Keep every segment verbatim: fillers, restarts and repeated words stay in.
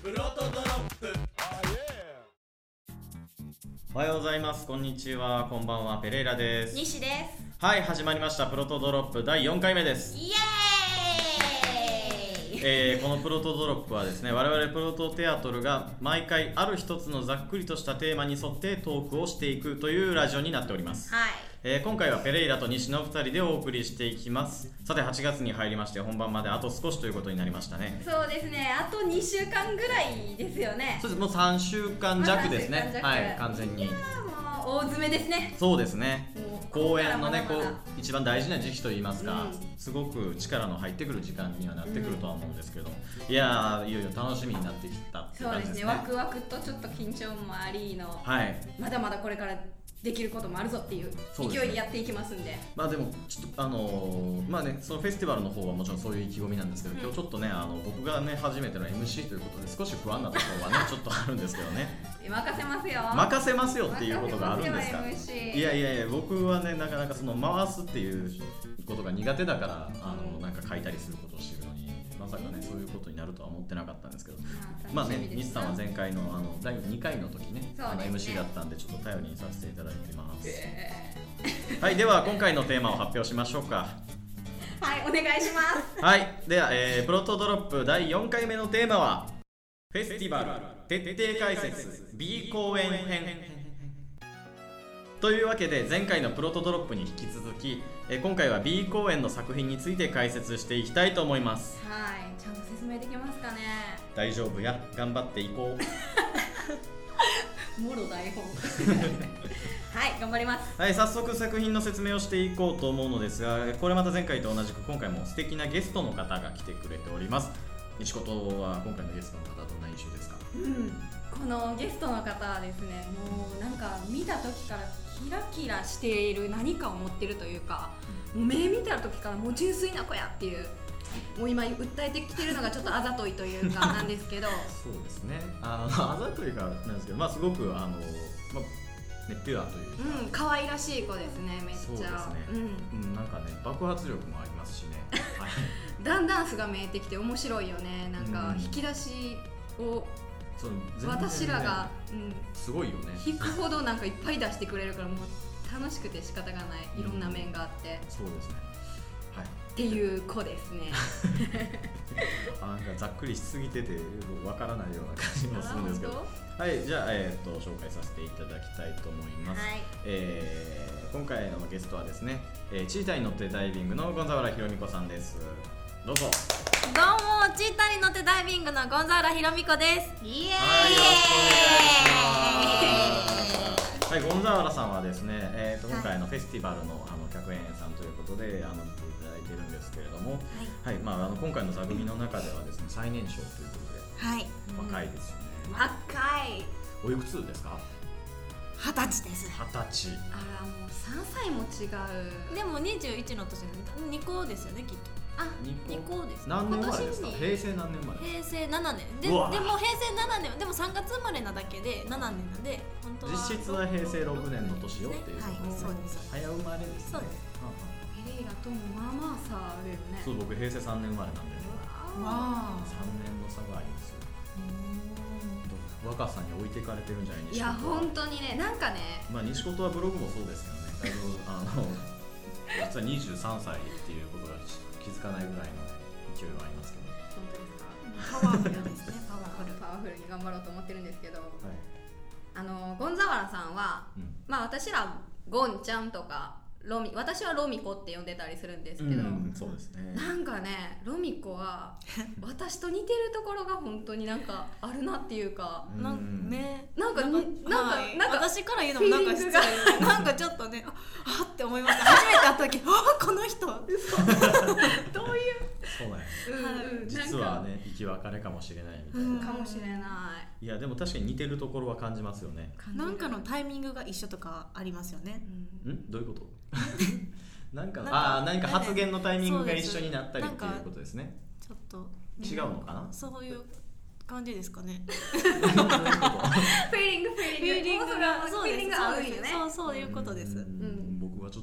プロトドロップ。おはようございます。こんにちは。こんばんは。ペレイラです。 西です。 はい、始まりました。プロトドロップだいよんかいめです。 イエーイ、 えー、このプロトドロップはですね、我々プロトテアトルが毎回ある一つのざっくりとしたテーマに沿ってトークをしていくというラジオになっております。 はい。 えー、今回はペレイラと西のふたりでお送りしていきます。さてはちがつに入りまして本番まであと少しということになりましたね。 そうですね、あとにしゅうかんぐらいですよね。 そうです、もうさんしゅうかん弱ですね、 まあ、 はい、完全に。 いやーもう大詰めですね。 そうですね、公演のね、こここからまだまだう一番大事な時期といいますか、 うん、 すごく力の入ってくる時間にはなってくるとは思うんですけど、うん、いやーいよいよ楽しみになってきたっていう感じですね。 そうですね、ワクワクとちょっと緊張もありの、 はい、 まだまだこれからできることもあるぞっていう勢いでやっていきますんで、 まあでもちょっとあのー、まあね、そのフェスティバルの方はもちろんそういう意気込みなんですけど、うん、今日ちょっとね、あの僕がね初めての エムシー ということで少し不安なところはねちょっとあるんですけどね。 任せますよ。 任せますよっていうことがあるんですか。 エムシー、 いやいやいや、僕はねなかなかその回すっていうことが苦手だからあの、うん、なんか書いたりすることをしてるのに、まさかねそういうことになるとは思ってなかったんですけど、まあね、西さんは前回のあのだいにかいの時ね、ねあの エムシー だったんでちょっと頼りにさせていただいてます。えー、はい、では今回のテーマを発表しましょうか。 はい、お願いします。 はい、では、えー、プロトドロップだいよんかいめのテーマはフェスティバル徹底解説 B 公演編というわけで、前回のプロトドロップに引き続き、えー、今回は B 公演の作品について解説していきたいと思います。 はい、ちゃんと説明できますかね。 大丈夫や、頑張っていこうもろ台本はい、頑張ります。 はい、早速作品の説明をしていこうと思うのですが、これまた前回と同じく今回も素敵なゲストの方が来てくれております。西ことは今回のゲストの方どんな印象ですか？ うん、このゲストの方はですね、もうなんか見た時からキラキラしている何かを持ってるというか、もう目見た時からもう純粋な子やっていう、もう今訴えてきてるのがちょっとあざといというかなんですけどそうですね、あのあざといかなんですけど、まあすごくあの、まあね、ピュアというか、 うん、可愛らしい子ですね、めっちゃ。 そうですね、うん、なんかね爆発力もありますしねはい、 ダンダンスが見えてきて面白いよね。なんか引き出しを私らが、 うん、すごいよね。 引くほどなんかいっぱい出してくれるからもう楽しくて仕方がない、いろんな面があって、 うん、そうですね、はい、 っていう子ですねなんかざっくりしすぎててわからないような感じもするんですけど、はい、じゃあ、えー、と紹介させていただきたいと思います。はい、えー、今回のゲストはですね、えー、チーターに乗ってダイビングのゴンザワラヒロミコさんです。どうぞ。 どうも、チーターに乗ってダイビングのゴンザワラヒロミコです。 イエーイ、 はい、よろしくお願いします。はい、ゴンザワラさんはですね、えー、と今回のフェスティバルの、あの客演さんということであの出ていただいているんですけれども、はい、はい、まあ、あの今回の座組の中ではですね最年少ということで、 はい、 若いですよね。 若い。 おいくつですか？ 二十歳です。 二十歳。 あら、もうさんさいも違う。 でもにじゅういちの年なんでにこですよね、きっと。あ、にこです。 何年生まれですか？平成何年生まれ？ 平成ななねんで、でも平成ななねん、でもさんがつ生まれなだけでななねんなんで、本当は実質は平成ろくねんの年よっていうことですね。 はい、そうです。 早生まれですね。 そうです。 ペレイラともまあまあ差あるよね。 そう、僕平成さんねん生まれなんで、 わあ、 さんねんの差がありますよ。若さに置いていかれてるんじゃないでしょうか。 いや本当にね、なんかね、 まあ西本はブログもそうですけどね、だいぶあの実はにじゅうさんさいっていうことが気づかないぐらいの勢いはありますけど。 本当ですか？ パワフルですね。パワフルパワフルに頑張ろうと思ってるんですけど、はい、 あのゴンザワラさんは、うん、まあ私らゴンちゃんとかロミ、私はロミコって呼んでたりするんですけど、うん、 そうですね、 なんかね、ロミコは私と似てるところが本当になんかあるなっていうか、 うん、なんね、 なんかなんか、はい、なんか私から言うのもなんか失礼なんかちょっとね、ああって思いました。初めて会った時、あ、この人どういうそうなんや、うんうん、実はね生き別れかもしれないみたいな、 うん、かもしれない。 いやでも確かに似てるところは感じますよね。 なんかのタイミングが一緒とかありますよね。 うん、どういうことなんかああ、何か発言のタイミングが一緒になったりっていうことですね。 ちょっと違うのかな。 そういう感じですかね。 フィーリングフィーリングフィーリングがそうです、そういうね。 そうそういうことです。 うん、僕はちょっと全然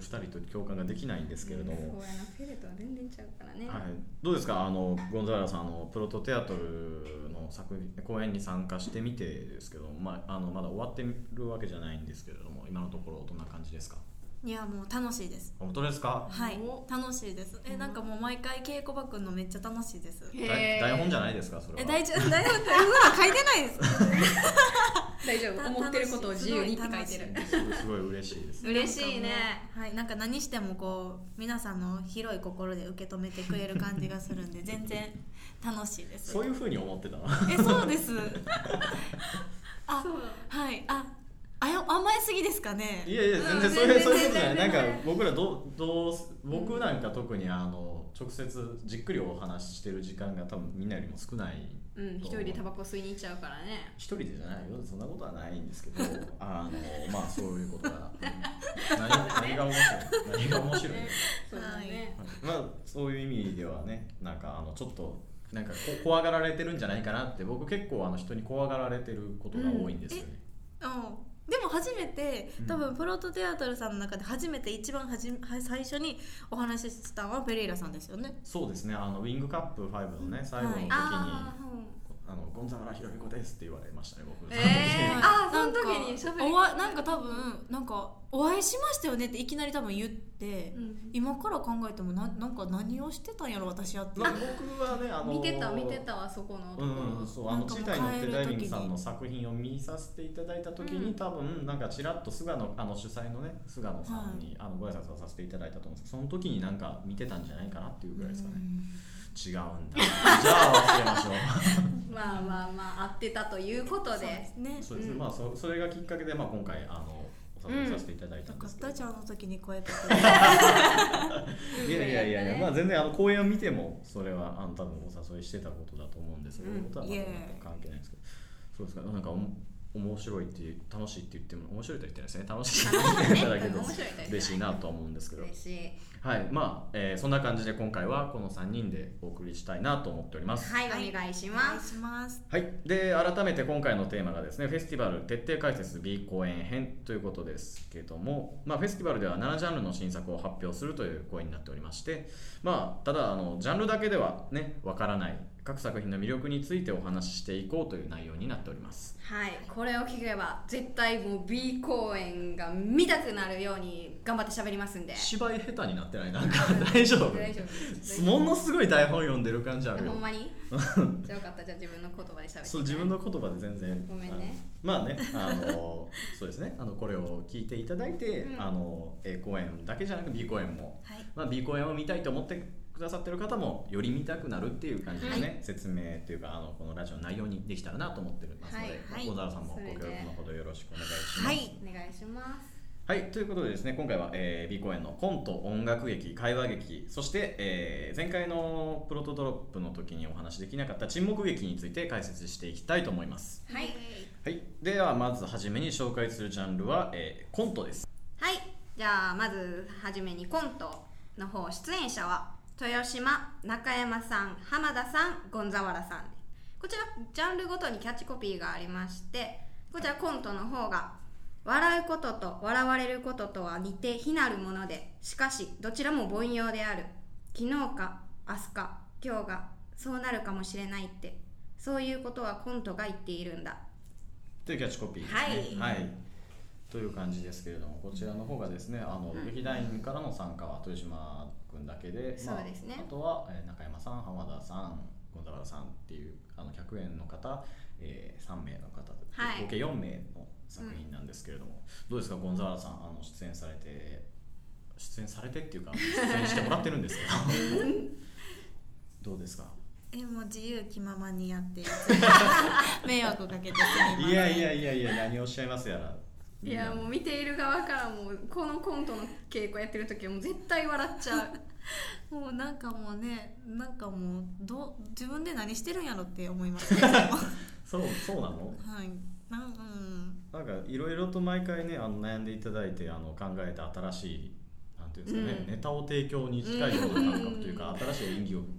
ふたりと共感ができないんですけれども、 そうやな、フェレとは全然ちゃうからね。 はい、どうですかあのゴンザーラさん、あのプロトテアトルの作公演に参加してみてですけど、まあ、あのまだ終わってるわけじゃないんですけれども、今のところどんな感じですか？ いやもう楽しいです。 本当ですか？ はい楽しいです。えなんかもう毎回稽古場くんのめっちゃ楽しいです。 台台本じゃないですかそれは？ え大丈夫台本台本は書いてないです。 大丈夫、思ってることを自由にって書いてる。 すごい嬉しいです。 嬉しいね。 はいなんか何してもこう皆さんの広い心で受け止めてくれる感じがするんで全然楽しいです。 そういう風に思ってたな。 えそうです。あはいああや甘えすぎですかね。 いやいや全然そういうそういうことじゃない。なんか僕らどうどう僕なんか特にあの直接じっくりお話ししてる時間が多分みんなよりも少ない。 うん、一人でタバコ吸いに行っちゃうからね。 一人でじゃないよ、そんなことはないんですけど、あのまあそういうことが何, 何が面白い何が面白いのそうだね、 はい、まあそういう意味ではね、なんかあのちょっとなんかこ怖がられてるんじゃないかなって、僕結構あの人に怖がられてることが多いんですよね。 うん、でも初めて多分プロトテアトルさんの中で初めて一番はじ最初にお話ししたのはペレイラさんですよね。 そうですね、あのウィングカップファイブのね最後の時に、はい、ああのゴンザーラひろみこですって言われましたね僕。 えー、あその時にしゃべりなんか多分なんかお会いしましたよねっていきなり多分言って、うん、今から考えても な, なんか何をしてたんやろ私やって。 僕はねあの見てた見てたわそこのところ、 うん、そうあのチータに乗ってダイビングさんの作品を見させていただいた時に、うん、多分なんかちらっと菅野あの主催のね菅野さんに、はい、あのご挨拶をさせていただいたと思うんですけど、その時になんか見てたんじゃないかなっていうぐらいですかね。違うんだ。じゃあ忘れましょう。 まあまあまあ合ってたということで。そうですね。そうですね。うん、まあ そ, それがきっかけでまあ今回あのお誘いさせていただいたんですけど。 よかったじゃんあの時に声かけて。 いやいやいやいや、まあ全然あの公演を見てもそれはあの多分お誘いしてたことだと思うんですけど、うん、ことはまた関係ないですけど。そうですか。なんかお面白いっていう楽しいって言っても面白いとは言ってないですね。楽しいって言っていただけると嬉しいなとは思うんですけど。 嬉しい。 はい、まあ、えー、そんな感じで今回はこのさんにんでお送りしたいなと思っております。 はい、お願いします。 はい、で改めて今回のテーマがですね、フェスティバル徹底解説 B 公演編ということですけども、まあ、フェスティバルではななジャンルの新作を発表するという公演になっておりまして、まあ、ただあのジャンルだけではねわからない各作品の魅力についてお話ししていこうという内容になっております。 はい、これを聞けば絶対もう B 公演が見たくなるように頑張って喋りますんで。 芝居下手になってないなんか大丈夫？大丈夫。ものすごい台本読んでる感じあるよ。 ほんまに？じゃあよかった、じゃあ自分の言葉で喋って。 そう自分の言葉で全然。 ごめんね。 あまあね、あのそうですね。あのこれを聞いていただいて、うん、あの A 公演だけじゃなく B 公演も、はい、まあ B 公演を見たいと思ってくださってる方もより見たくなるっていう感じでね、はい、説明というかあのこのラジオの内容にできたらなと思ってますので、はい、小沢さんもご協力のほどよろしくお願いします。 はい、お願いします。 はい、ということでですね、今回は、えー、B 公演のコント、音楽劇、会話劇、そして、えー、前回のプロトドロップの時にお話できなかった沈黙劇について解説していきたいと思います。 はい、 はい、ではまずはじめに紹介するジャンルは、えー、コントです。 はい、じゃあまずはじめにコントの方、出演者は豊島、中山さん、浜田さん、ゴンザワラさん。こちらジャンルごとにキャッチコピーがありまして、こちらコントの方が笑うことと笑われることとは似て非なるもので、しかしどちらも凡庸である。昨日か明日か今日がそうなるかもしれないって、そういうことはコントが言っているんだというキャッチコピーですね。はい、はい、という感じですけれども、こちらの方がですね、あの、うん、劇団員からの参加は豊島君だけで、 そうですね、 まあ、あとは、えー、中山さん、浜田さん、ゴンザワラさんっていうあの客演の方、えー、さんめいの方、はい、合計よんめいの作品なんですけれども、うん、どうですかゴンザワラさん、あの出演されて出演されてっていうか出演してもらってるんですけどどうですか？ えもう自由気ままにやって迷惑かけてすみません。 いやいやいやいや何をおっしゃいますやら。 いやもう見ている側からもこのコントの稽古やってる時はもう絶対笑っちゃうもうなんかもうねなんかもうど自分で何してるんやろって思いますねそうそうなの？ はいなん、うん、 なんかいろいろと毎回ねあの悩んでいただいてあの考えた新しいなんていうんですかね、うん、ネタを提供に近いような感覚というか新しい演技を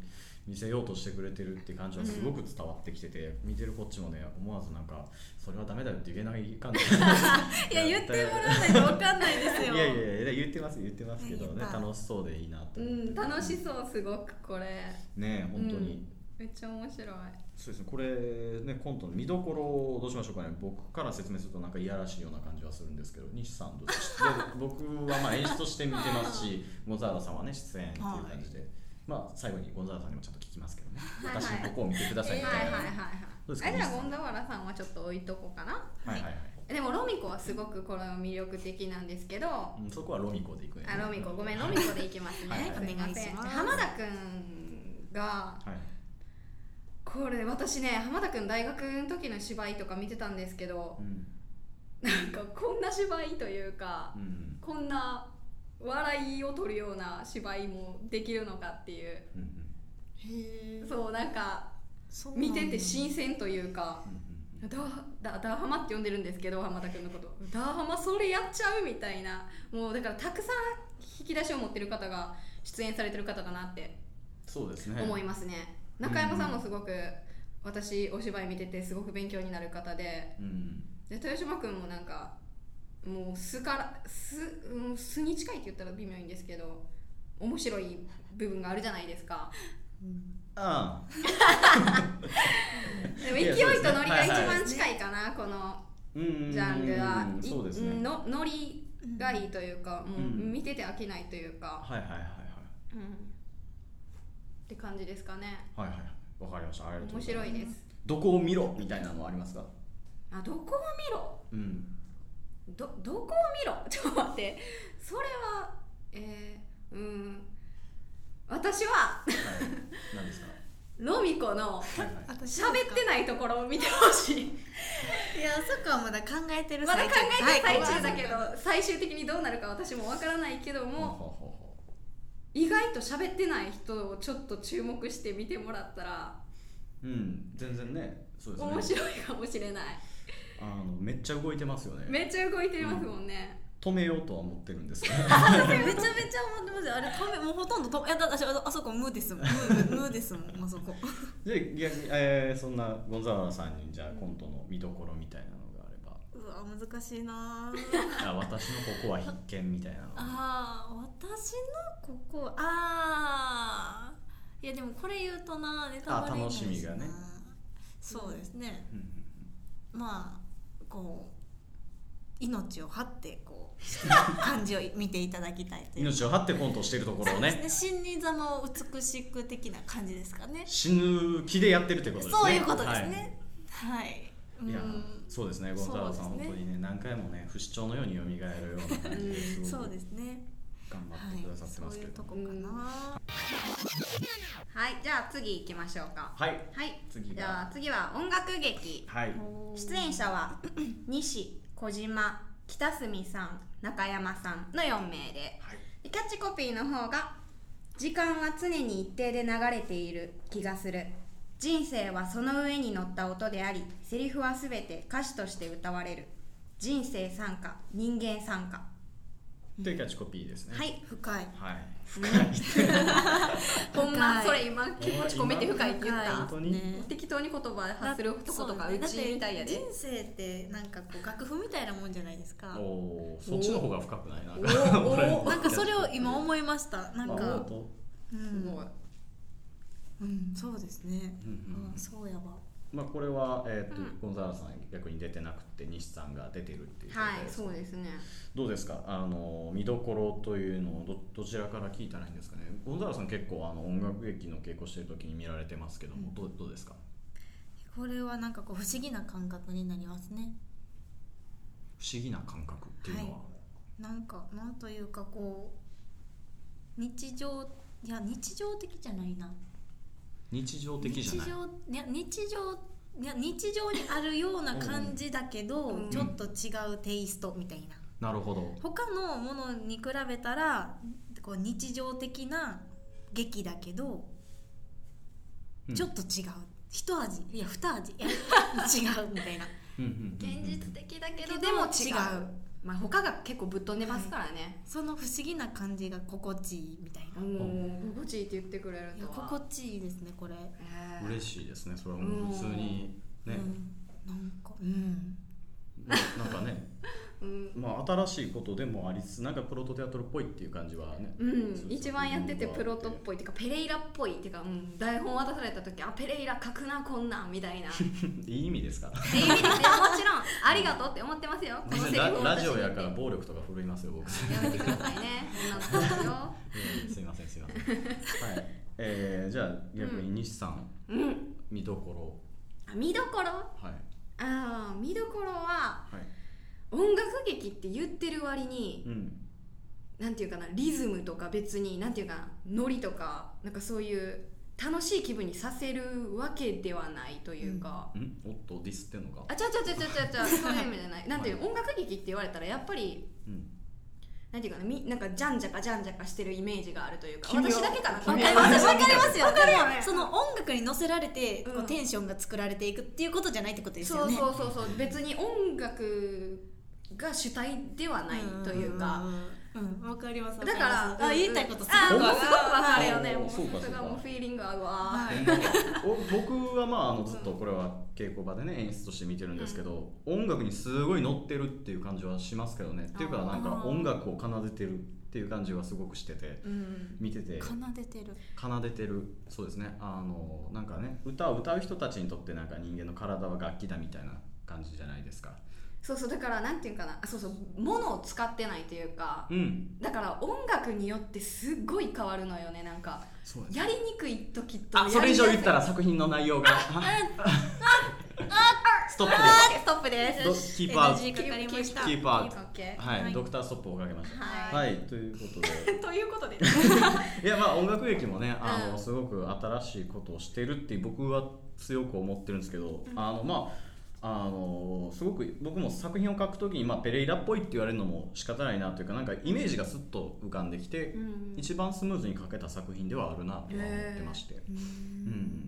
見せようとしてくれてるって感じはすごく伝わってきてて、うん、見てるこっちもね思わずなんかそれはダメだよって言えない感じいや言ってもらわないと分かんないですよいやいやいや言ってます言ってますけどね、楽しそうでいいなと思って、 うん、楽しそうすごくこれね本当に、 うん、めっちゃ面白い。 そうですね、これねコントの見どころをどうしましょうかね。僕から説明するとなんかいやらしいような感じはするんですけど、西さんどうですか。僕はまあ演出として見てますしゴンザーラさんはね出演っていう感じで、はい、まあ最後にゴンザーラさんにもちゃんと聞きますけどね、はいはい、私のここを見てくださいみたいな、はいはいはいはい、どうですか。 じゃあゴンザーラさんはちょっと置いとこうかな。はいはいはい、でもロミコはすごくこれは魅力的なんですけど、 うん、そこはロミコでいくね。 あロミコごめんロミコでいきますね。はいはい、すいません。浜田くんが、はいこれ私ね浜田くん大学の時の芝居とか見てたんですけど、うん、なんかこんな芝居というか、うん、こんな笑いを取るような芝居もできるのかっていう、うん、へそうなんか見てて新鮮というか、うん、ダダダーハマって呼んでるんですけど浜田くんのことダーハマそれやっちゃうみたいな、もうだからたくさん引き出しを持ってる方が出演されてる方だなってそうですね思いますね。中山さんもすごく私お芝居見ててすごく勉強になる方で、うん、で豊島君もなんかもう素から素、素に近いって言ったら微妙いんですけど面白い部分があるじゃないですか、うん、ああでも勢いとノリが一番近いかな、はいはい、このジャンルはそうですね、のノリがいいというか、もう見てて飽きないというか、はいはいはいはい、うんって感じですかね。はいはい、わかりました。ありがとうございます。面白いです。 どこを見ろみたいなのありますか。 あ、どこを見ろ。うん。どどこを見ろ。ちょっと待って。それはえー、うん私は、はい、何ですか。ロミコの喋ってないところを見てほしい。いやそこはまだ考えてる最中。まだ考えてる最中だけど、はい、最終的にどうなるか私もわからないけども。意外と喋ってない人をちょっと注目して見てもらったら、 うん、全然ね、そうですね。 面白いかもしれない。 あのめっちゃ動いてますよね。 めっちゃ動いてますもんね。 うん、止めようとは思ってるんですけど。 めちゃめちゃ思ってますよ。あれ止めもうほとんどといやだ私あそこ無ですもん。無無ですもんあそこ。 じゃあ逆に、えー、そんなゴンザーラさんにじゃあコントの見どころみたいなのがあれば。 うわ難しいな。 あ私のここは必見みたいなの。 ああ私のここああいやでもこれ言うとなネタバレになるしな。楽しみがね。そうですね。うん、まあこう命を張ってこう感じを見ていただきたいという。 命を張ってコントをしているところをね。そうですね。死にざまを美しく的な感じですかね。 死ぬ気でやってるってことですね。 そういうことですね。はい。はいいやそうですね、ゴンザーラさん、ね、本当にね何回もね不死鳥のように蘇るような感じでそうですね頑張ってくださってますけど、 はい、そういうとこかな。 はい、じゃあ次行きましょうか。 はい、 はい、次じゃあ次は音楽劇、はい、出演者は西、小島、北角さん、中山さんのよんめいで、はい、キャッチコピーの方が時間は常に一定で流れている気がする、人生はその上に乗った音であり、セリフはすべて歌詞として歌われる、人生参加、人間参加というキャッチコピーですね。 はい、深い。 はい、深い。 ほんまそれ今キャッチ込めて深いって言った。本当に、ね、適当に言葉で発する一言がうちみたいやで。 人生ってなんかこう楽譜みたいなもんじゃないですか。 おお、そっちの方が深くないな。 おお、なんかそれを今思いました。なんか、うん、すごい。うん、そうですね。うんうん、そうやわ。 まあこれはえっとゴンザーラさん逆に出てなくて西さんが出てるっていう。 はい、そうですね。 どうですか。あの見どころというのを ど, どちらから聞いたらいいんですかね。ゴンザーラさん結構あの音楽劇の稽古してる時に見られてますけども、うん、ど, どうですか。 これはなんかこう不思議な感覚になりますね。 不思議な感覚っていうのは、はい、 なんかなんというかこう日常いや日常的じゃないな。 日常的じゃない。 日常いや日常いや日常にあるような感じだけど、うん、ちょっと違うテイストみたいな。 なるほど。 他のものに比べたらこう日常的な劇だけど、うん、ちょっと違う。一味いや二味いや違うみたいな。 現実的だけどでも違う。 まあ他が結構ぶっ飛んでますからね、 はい、その不思議な感じが心地いいみたいな。 もう心地いいって言ってくれるとは心地いいですねこれ、 えー、嬉しいですね。それはもう普通にね、 うん、なんかうんなんかねうん、まあ新しいことでもありつつなんかプロトテアトルっぽいっていう感じはね、 うん、一番やっててプロトっぽいっていうかペレイラっぽいっていうか、うん、台本渡された時あペレイラ書くなこんなんみたいないい意味ですか？ いい意味ですよもちろんありがとうって思ってますよこのセリフをラ, ラジオやから暴力とか振るいますよ僕。 やめてくださいね女の子ですよすいませんすいませんはい、えー、じゃあ逆に西さん、うん、見どころ見どころはいあ見どころは、はい音楽劇って言ってる割に、うん、なんていうかなリズムとか別になんていうかなノリとかなんかそういう楽しい気分にさせるわけではないというか、 うん、おっとディスってんのかあちゃちゃちゃちゃちゃちゃそういう意味じゃないなんていう、はい、音楽劇って言われたらやっぱり、うん、なんていうかなみなんかじゃんじゃかじゃんじゃかしてるイメージがあるというか私だけかな分かります分かりますよ分かるよねその音楽に乗せられて、うん、こうテンションが作られていくっていうことじゃないってことですよね。 そうそうそうそう別に音楽が主体ではないというか、 うん、わかります。 だからあ言いたいことすごくわかるよね。もうそうかそれがもうフィーリング合うわ。 はい、僕はまああのずっとこれは稽古場でね演出として見てるんですけど、うん、音楽にすごい乗ってるっていう感じはしますけどね。っていうかなんか音楽を奏でてるっていう感じはすごくしてて、うん、見てて奏でてる奏でてるそうですね。あのなんかね歌を歌う人たちにとってなんか人間の体は楽器だみたいな感じじゃないですか。 そうそうだからなんていうかなあそうそう物を使ってないというか、 うん、 だから音楽によってすっごい変わるのよねなんかそうやりにくい時とあそれ以上言ったら作品の内容がストップですストップですキープアウトエヌジー かかりましたキープアウトはい、 はい、 ドクターストップをかけましたはい、 はい、ということでということでいやまあ音楽劇もねあの、うん、すごく新しいことをしてるって僕は強く思ってるんですけど、うん、あのまああのすごく僕も作品を書くときに、まあ、ペレイラっぽいって言われるのも仕方ないなというかなんかイメージがスッと浮かんできて、うん、一番スムーズに書けた作品ではあるなとは思ってまして、うん、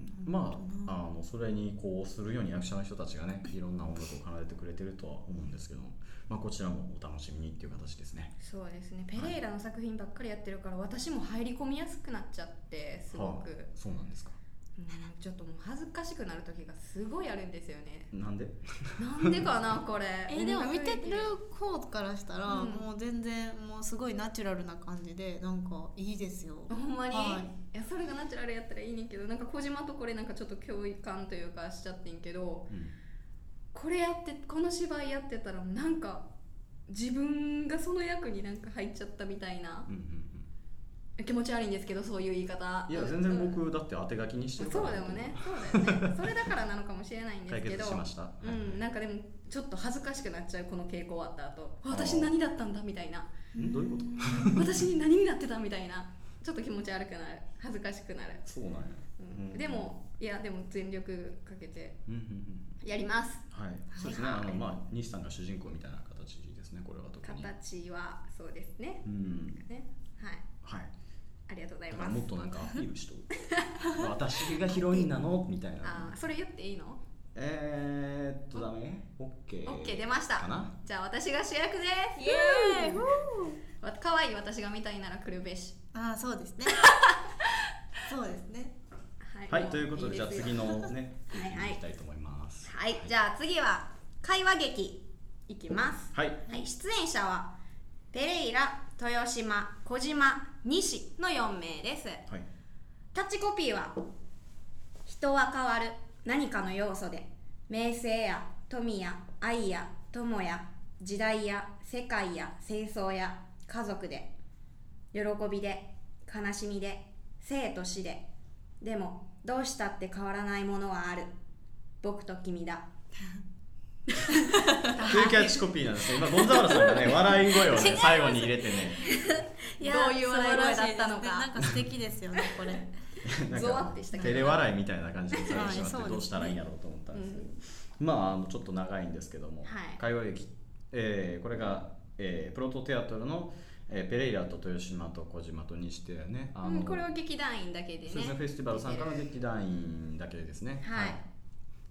まあ、あのそれにこうするように役者の人たちがねいろんな音楽を奏でてくれてるとは思うんですけど、まあ、こちらもお楽しみにっていう形ですね。 そうですねペレイラの作品ばっかりやってるから私も入り込みやすくなっちゃってすごく、はあ、 そうなんですか。 うん、ちょっともう恥ずかしくなる時がすごいあるんですよね。 なんでなんでかなこれえでも見てる方からしたら、うん、もう全然もうすごいナチュラルな感じでなんかいいですよ。 ほんまに、 はい、 いやそれがナチュラルやったらいいねんけどなんか小島とこれなんかちょっと共感というかしちゃってんけど、うん、これやってこの芝居やってたらなんか自分がその役になんか入っちゃったみたいな、うんうん気持ち悪いんですけどそういう言い方いや全然僕だって当て書きにしてるから、 そうだよねそうだよねそれだからなのかもしれないんですけど解決しました、 うん、なんかでもちょっと恥ずかしくなっちゃうこの稽古終わった後私何だったんだみたいなんどういうこと私に何になってたみたいなちょっと気持ち悪くなる恥ずかしくなるそうなんや、 うんうん、でもいやでも全力かけてやります、 はい、はい、そうですね、はい、あのまあ西さんが主人公みたいな形ですねこれは特に形はそうですね、 うんねはい、 はいありがとうございます。 もっとなんかアピールしと私がヒロインなのみたいな。 あそれ言っていいの？ えーっとダメ？オッケー。 オッケー出ました。 かな？ じゃあ私が主役です。 イエーイ。 可愛い私が見たいなら来るべし。 あそうですね。そうですね。 はい、はい、ということでじゃあ次のねはいはいいきたいと思います。 はい、はい、じゃあ次は会話劇いきます。 はい。 はい、出演者はペレイラ、豊島、小島、西のよんめいです、 はい、 タッチコピーは人は変わる何かの要素で名声や富や愛や友や時代や世界や戦争や家族で喜びで悲しみで生と死ででもどうしたって変わらないものはある僕と君だというキャッチコピーなんですね。今ゴンザワラさんがね笑い声をね最後に入れてねいやどういう笑い声だったのか、 なんか素敵ですよねこれゾワってしたけど照れ笑いみたいな感じでされてしまってどうしたらいいんやろうと思ったんですけど、うん、まああのちょっと長いんですけども、はい、会話劇、えー、これが、えー、プロトテアトルのえー、ペレイラと豊島と小島と西でねあの、 うん、これは劇団員だけでねそうですねフェスティバル参加の劇団員だけでですねはい、はい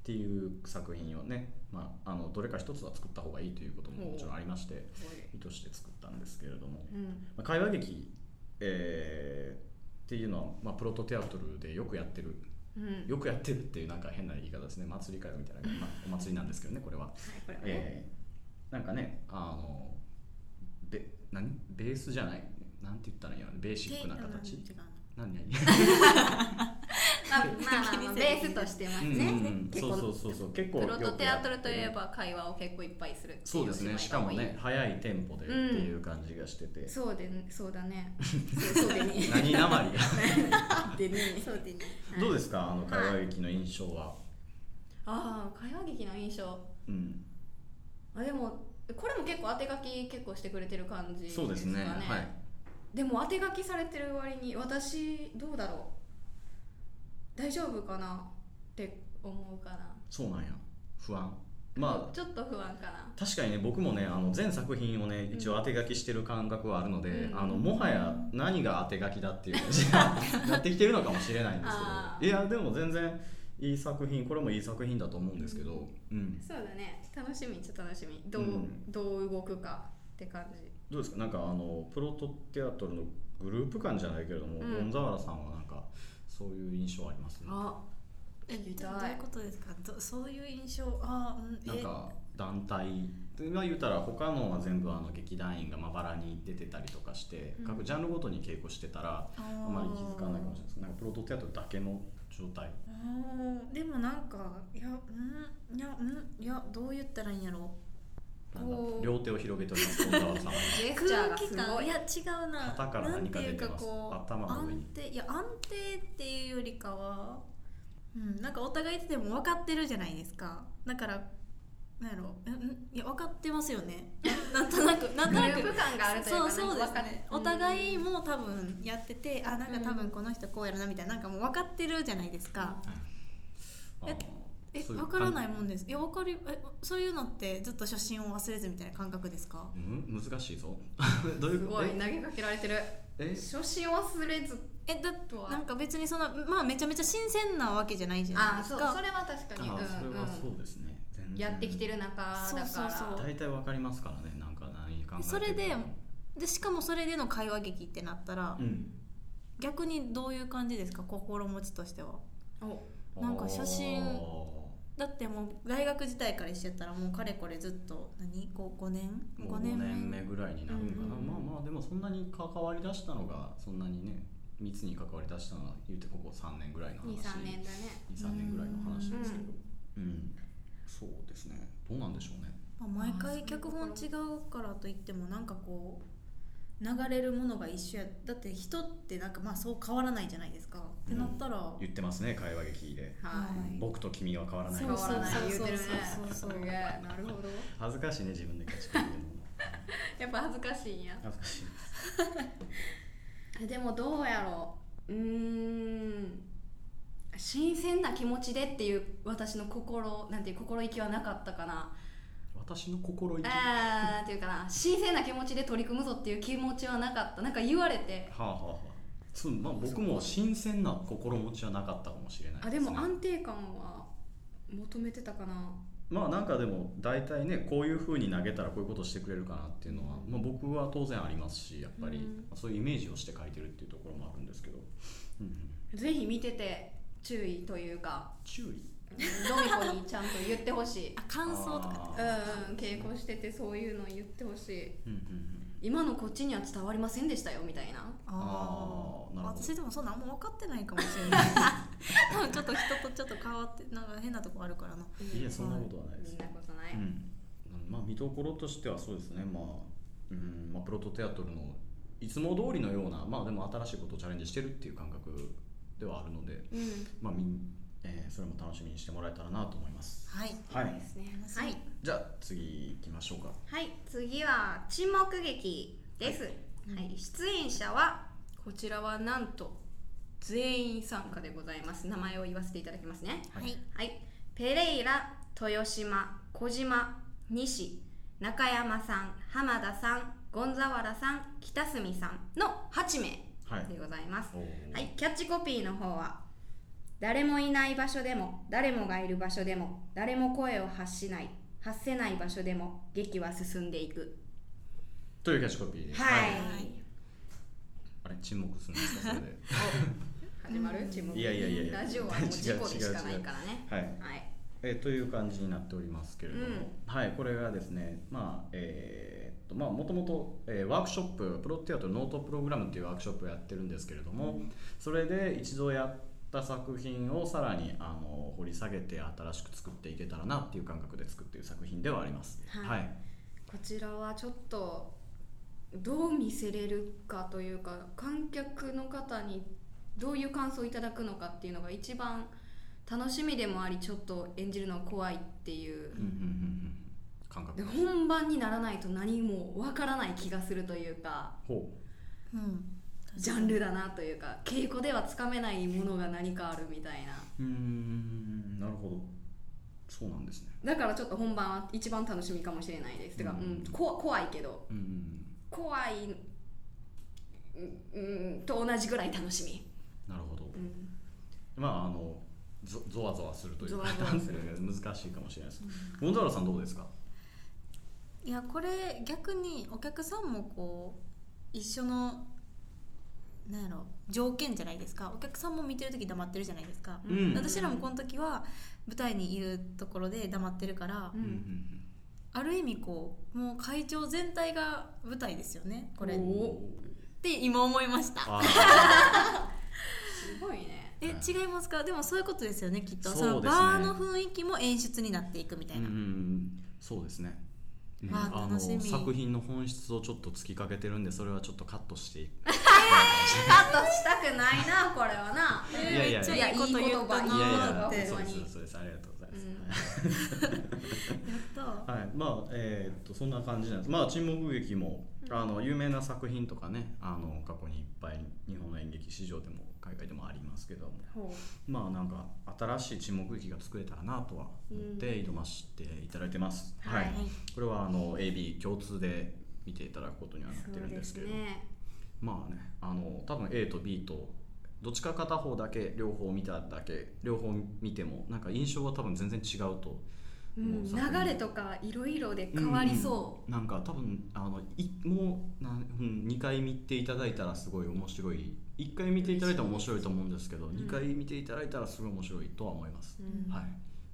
っていう作品をね、まあ、あのどれか一つは作った方がいいということももちろんありまして意図して作ったんですけれども、うんまあ、会話劇、えー、っていうのは、まあ、プロトテアトルでよくやってる、うん、よくやってるっていうなんか変な言い方ですね。祭り会話みたいな、まあ、お祭りなんですけどねこれは、はいこれはえー、なんかねあのベ, 何ベースじゃないなんて言ったらいいのベーシックな形何何まあまあ、ベースとしてますね、うんうん、結構そうそうそう結構プロトテアトルといえば会話を結構いっぱいするっていう。 そうですねしかもね早いテンポでっていう感じがしてて、うん、 そうでそうだねそうでね何なまりでねそうでねどうですかあの会話劇の印象は。 ああ会話劇の印象、うん、あでもこれも結構当て書き結構してくれてる感じですかね。 そうですねはいでも当て書きされてる割に私どうだろう大丈夫かなって思うかな。 そうなんや不安まあちょっと不安かな。 確かにね僕もねあの全作品をね一応当て書きしてる感覚はあるので、うん、あのもはや何が当て書きだっていう感じになってきてるのかもしれないんですけどいやでも全然いい作品これもいい作品だと思うんですけど、うん、 そうだね楽しみちょっと楽しみどう、うん、どう動くかって感じ。 どうですかなんかあのプロトテアトルのグループ感じゃないけれども、うん、ゴンザワラさんはなんかそういう印象ありますね。 あえどういうことですかそういう印象あ、 うん、なんか団体今言ったら他のは全部あの劇団員がまばらに出てたりとかして、うん、各ジャンルごとに稽古してたらあまり気づかないかもしれないです。なんかプロトテアトルだけの状態。 あでもなんかいやうんいやうんいやどう言ったらいいんやろ両手を広げております。ジェスチャーがすごい。 いや違うな。 肩から何か出てます。頭の上に。 安定いや安定っていうよりかは、うん、なんかお互いでも分かってるじゃないですか。だからなんやろいや分かってますよね。なんとなくなんとなくグループ感があるというかそうそうですね。お互いも多分やってて、あなんか多分この人こうやるなみたいななんかもう分かってるじゃないですか。うん、ええ分からないもんです。いや分かりえそういうのってずっと初心を忘れずみたいな感覚ですか？ うん、難しいぞ。どういうこと？ すごい投げかけられてる。え初心を忘れずえだとなんか別にそのまあめちゃめちゃ新鮮なわけじゃないじゃないですか。 あそうそれは確かに。 あ、うん、それはそうですね。 全然やってきてる中だから。そうそうそう。 大体分かりますからね。なんか何考えてる。 それででしかもそれでの会話劇ってなったら、うん、逆にどういう感じですか心持ちとしては。おなんか初心だってもう大学時代からしてたらもうかれこれずっと何こうごねんごねんめぐらいになるかな、うんうん、まあまあでもそんなに関わりだしたのがそんなにね密に関わりだしたのは言うてここさんねんぐらいの話にさんねんだねにさんねんぐらいの話ですけど、うん、うん、そうですねどうなんでしょうね、 まあ、毎回脚本違うからといってもなんかこう流れるものが一緒やだって人ってなんかまあそう変わらないじゃないですか、うん、ってなったら言ってますね会話劇で、はい、僕と君は変わらない変わらない言うてるねそうそうそうなるほど恥ずかしいね自分で勝ち込んでるのやっぱ恥ずかしいんや恥ずかしいでもどうやろううーん新鮮な気持ちでっていう私の心なんていう心意気はなかったかな私の心意気あーっていうかな新鮮な気持ちで取り組むぞっていう気持ちはなかったなんか言われてはあはあはあそう、まあ、僕も新鮮な心持ちはなかったかもしれないですねあでも安定感は求めてたかなまあなんかでも大体ねこういう風に投げたらこういうことしてくれるかなっていうのは、まあ、僕は当然ありますしやっぱり、うん、そういうイメージをして書いてるっていうところもあるんですけど、 うんうん、ぜひ見てて注意というか注意ドミコにちゃんと言ってほしいあ感想とかうん、稽古しててそういうの言ってほしい、うんうんうん、今のこっちには伝わりませんでしたよみたいなああ私でもそんなあんま分かってないかもしれない多分ちょっと人とちょっと変わってなんか変なとこあるからな、 うん、いやそんなことはないです、 そんなことない、 うんまあ、見どころとしてはそうですね、まあうんまあ、プロトテアトルのいつも通りのようなまあでも新しいことをチャレンジしてるっていう感覚ではあるので、うん、まあみんえー、それも楽しみにしてもらえたらなと思います。 はい。 はい。 ですね。はい。 じゃあ次行きましょうか。 はい。次は沈黙劇です。はい。はい、出演者はこちらはなんと全員参加でございます。名前を言わせていただきますね。はい。はい。ペレイラ、豊島、小島、西、中山さん、浜田さん、ゴンザワラさん、北隅さんのはちめいでございます。はい。はい。キャッチコピーの方は。 誰もいない場所でも誰もがいる場所でも誰も声を発しない発せない場所でも劇は進んでいくというキャッチコピーです。 はい、はい、 あれ沈黙するんですかそれで始まる沈黙。 いやいやいやいやラジオはもう事故でしかないからね。 はい、 はいえー、という感じになっておりますけれども、うん、はい、これがですね、まあえー、っとまあもともとワークショッププロテアトルノートプログラムっていうワークショップをやってるんですけれども、うん、それで一度やった作品をさらにあの掘り下げて新しく作っていけたらなっていう感覚で作っている作品ではあります。はい、はい、 こちらはちょっとどう見せれるかというか観客の方にどういう感想をいただくのかっていうのが一番楽しみでもありちょっと演じるのは怖いっていう、うんうんうんうん、感覚で本番にならないと何もわからない気がするというか、ほう、うん、ジャンルだなというか稽古ではつかめないものが何かあるみたいな。 うーん、なるほど、そうなんですね。 だからちょっと本番は一番楽しみかもしれないです。てか、うん、こ怖いけど、うん、怖い、うん、と同じぐらい楽しみ。 なるほど、うん、まああのゾゾワゾワするというか難しいかもしれないです。モンダラさんどうですか？ いやこれ逆にお客さんもこう一緒のなんやろ条件じゃないですか。お客さんも見てる時黙ってるじゃないですか、うん、私らもこの時は舞台にいるところで黙ってるから、うん、ある意味こうもう会場全体が舞台ですよねこれって今思いました。 すごいね。 え、違いますか？でもそういうことですよねきっと。そのバーの雰囲気も演出になっていくみたいな。うん、 そうですね。うん、ああの作品の本質をちょっと突きかけてるんでそれはちょっとカットしていく。 えー、カットしたくないなこれはな。 えー、いやいやいやいやいいこと言ったな。いやいやそうですそうですありがとうございます。うん、やった。はいまあえー、っとそんな感じなんです。まあ沈黙劇もあの有名な作品とかねあの過去にいっぱい日本の演劇史上でも海外でもありますけども、まあなんか新しい沈黙劇が作れたらなとは思って挑ませていただいてます。うん、はい、はい。これはあの エービー 共通で見ていただくことにはなってるんですけど、ね、まあねあの多分 A と B とどっちか片方だけ両方見ただけ両方見てもなんか印象は多分全然違うと。 うん、流れとかいろいろで変わりそう、 うん、なんか多分あのいもうな、うん、にかい見ていただいたらすごい面白いいっかい見ていただいたら面白いと思うんですけど、うん、にかい見ていただいたらすごい面白いとは思います、うん、はい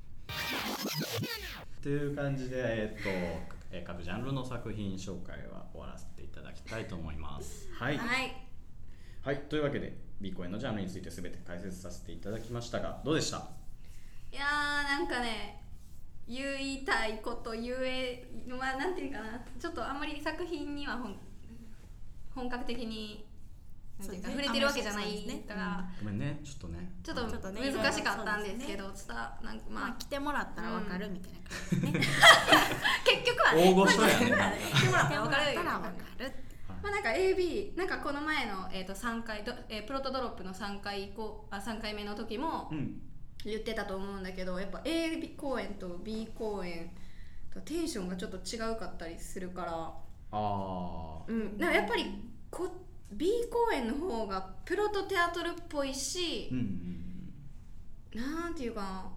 という感じで、えー、っとえー、各ジャンルの作品紹介は終わらせていただきたいと思いますはい、 はいはい、というわけで B 公演のジャンルについて全て解説させていただきましたがどうでした？ いやーなんかね言いたいこと言えまあなんていうかなちょっとあんまり作品には本本格的になんていうか触れてるわけじゃないから、 うん、ごめんねちょっとねちょっと難しかったんですけど伝わなんかまあ来てもらったら分かるみたいな感じですね結局はね大御所やね来てもらったら分かる分かるまあなんか エービー なんかこの前の、えー、とさんかいど、えー、プロトドロップのさんかい以降あさんかいめの時も、うん言ってたと思うんだけどやっぱ A 公演と B 公演とテンションがちょっと違うかったりするからあ、うん、だからやっぱりこ B 公演の方がプロトテアトルっぽいし、うんうん、なんていうかな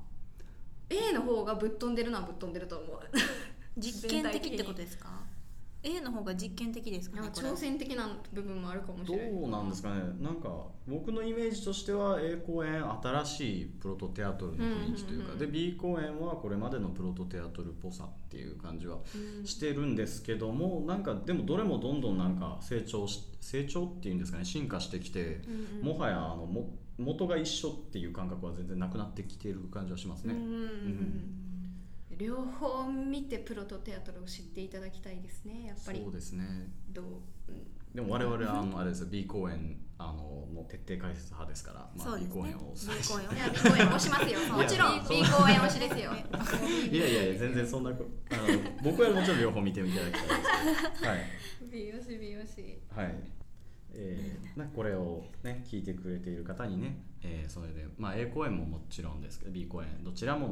A の方がぶっ飛んでるのはぶっ飛んでると思う実験的ってことですか？ A の方が実験的ですかね。 挑戦的な部分もあるかもしれない。 どうなんですかね。なんか僕のイメージとしては A 公演新しいプロトテアトルの雰囲気というか、うんうんうん、で B 公演はこれまでのプロトテアトルっぽさっていう感じはしてるんですけども、うん、なんかでもどれもどんどんなんか成長し成長っていうんですかね進化してきて、うんうん、もはやあのも元が一緒っていう感覚は全然なくなってきている感じはしますね。うんうんうんうん両方見てプロトテアトルを知っていただきたいですねやっぱり。 そうですね。 どう、うん、 でも我々はあのあれですよ B 公演あのの徹底解説派ですから、まあ、B 公演を B 公演をいや B 公演をしますよもちろん B 公演推しですよいやいやいや全然そんなあの僕はもちろん両方見ていただきたいですけどはい B 推し B 推しはいえー、なこれをね聞いてくれている方にね、えー、それでまあ A 公演ももちろんですけど B 公演どちらもの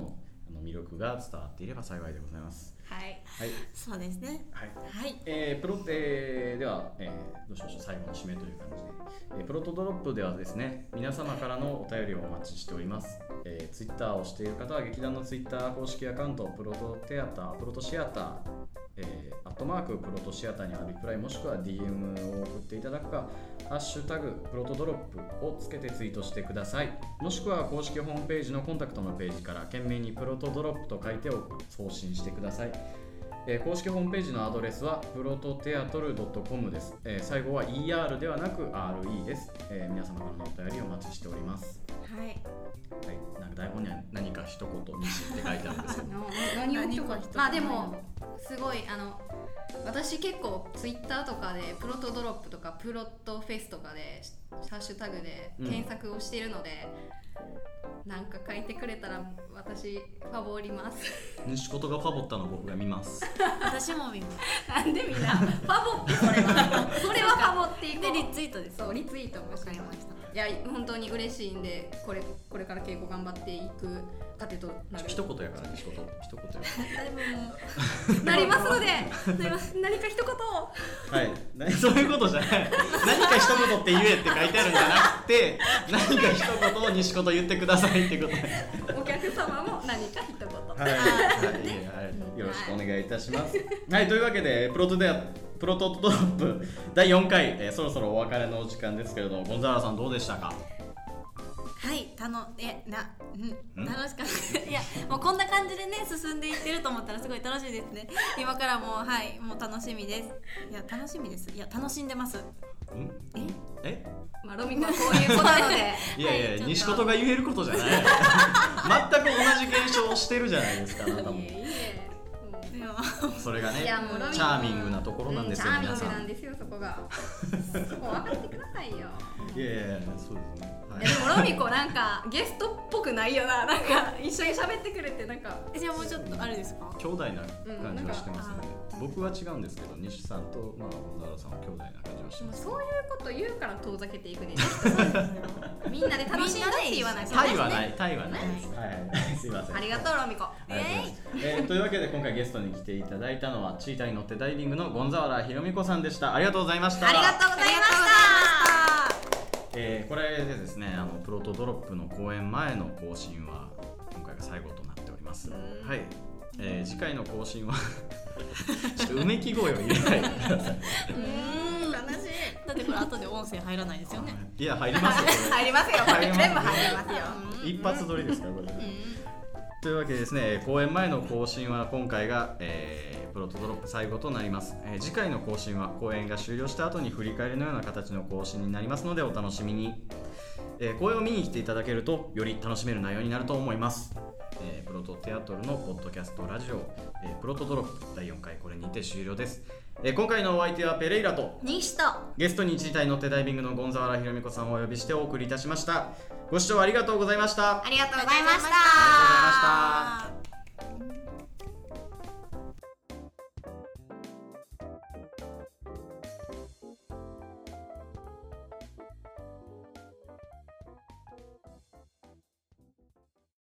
の魅力が伝わっていれば幸いでございます。 はい、 はい、 そうですね。 はい、 はい、 えー、プロえー、では、えー、どうしましょう、最後の締めという感じで、えー、プロトドロップではですね、皆様からのお便りをお待ちしております。えー、ツイッターをしている方は劇団のツイッター公式アカウントプロトテアタープロトシアター、えー、アットマークプロトシアターにあるリプライもしくは ディーエム を送っていただくか、ハッシュタグプロトドロップをつけてツイートしてください。もしくは公式ホームページのコンタクトのページから懸命にプロトドロップと書いて送信してください。えー、公式ホームページのアドレスはプロトテアトル ドットコム です。えー、最後は イーアール ではなく アールイー です。えー、皆様からのお便りをお待ちしております。 はい、はい、 なんか台本には何か一言西って書いてあるんですけど何を一言まあでもすごいあの私結構ツイッターとかでプロトドロップとかプロットフェスとかでハッシュタグで検索をしているので、うん、なんか書いてくれたら私ファボります。 西ことがファボったの僕が見ます。 私も見ます。 なんでみんなファボってそれはそれはファボっていこう。 でリツイートです。 そうリツイートもしてました。いや本当に嬉しいんでこれこれから稽古頑張っていく糧となる。 一言やから西こと一言やからなりますので何か一言をはいそういうことじゃない何か一言って言えって書いてあるんじゃなくて何か一言を西こと言ってくださいってことでお客様も何か一言はい、はい、よろしくお願いいたします。はい、というわけでプロトでプロトドロップだいよんかい、えー、そろそろお別れのお時間ですけれども、ゴンザーラさんどうでしたか？ はい、たのえな、うん、楽しかったいやもうこんな感じでね進んでいってると思ったらすごい楽しいですね。今からもうはいもう楽しみです。いや楽しみです。いや楽しんでます。んええまあロミコはこういう子なのでいやいや、はい、西ことが言えることじゃない全く同じ現象をしてるじゃないですかあなたも。いいねそれがねチャーミングなところなんですよ、 うん、チャーミングなんですよそこがそこ分かってくださいよ。 いやいやいやそうですね、 はい、でもロミコなんかゲストっぽくないよな。なんか一緒に喋ってくれてなんかじゃあもうちょっとあれですか兄弟な感じはしてますね、うん、僕は違うんですけど西さんとまあゴンザーラさんは兄弟な感じはしてます、ね、 そういうこと言うから遠ざけていくねみんなで楽しんだって言わないと、ね、 タイはないタイはないです、はい、すいませんありがとうロミコ、 えーえー、というわけで今回ゲストに来ていただいたのはチーターに乗ってダイビングのゴンザーラひろみこさんでした。ありがとうございました。 ありがとうございました。 えー、これでですねあのプロトドロップの公演前の更新は今回が最後となっております。はい、えー、次回の更新はちょっとうめき声を入れないでください。 うーん悲しい。だってこれ後で音声入らないですよね。 いや入りますよ。 入りますよ。これ全部入りますよ。 一発撮りですからこれ。というわけでですね、公演前の更新は今回が、えー、プロトドロップ最後となります、えー、次回の更新は公演が終了した後に振り返りのような形の更新になりますのでお楽しみに、えー、公演を見に来ていただけるとより楽しめる内容になると思います、えー、プロトテアトルのポッドキャストラジオ、えー、プロトドロップだいよんかいこれにて終了です。えー、今回のお相手はペレイラと西とゲストに一時体乗ってダイビングのゴンザワラひろみこさんをお呼びしてお送りいたしました。ご視聴ありがとうございました。 ありがとうございました。 ありがとうございました。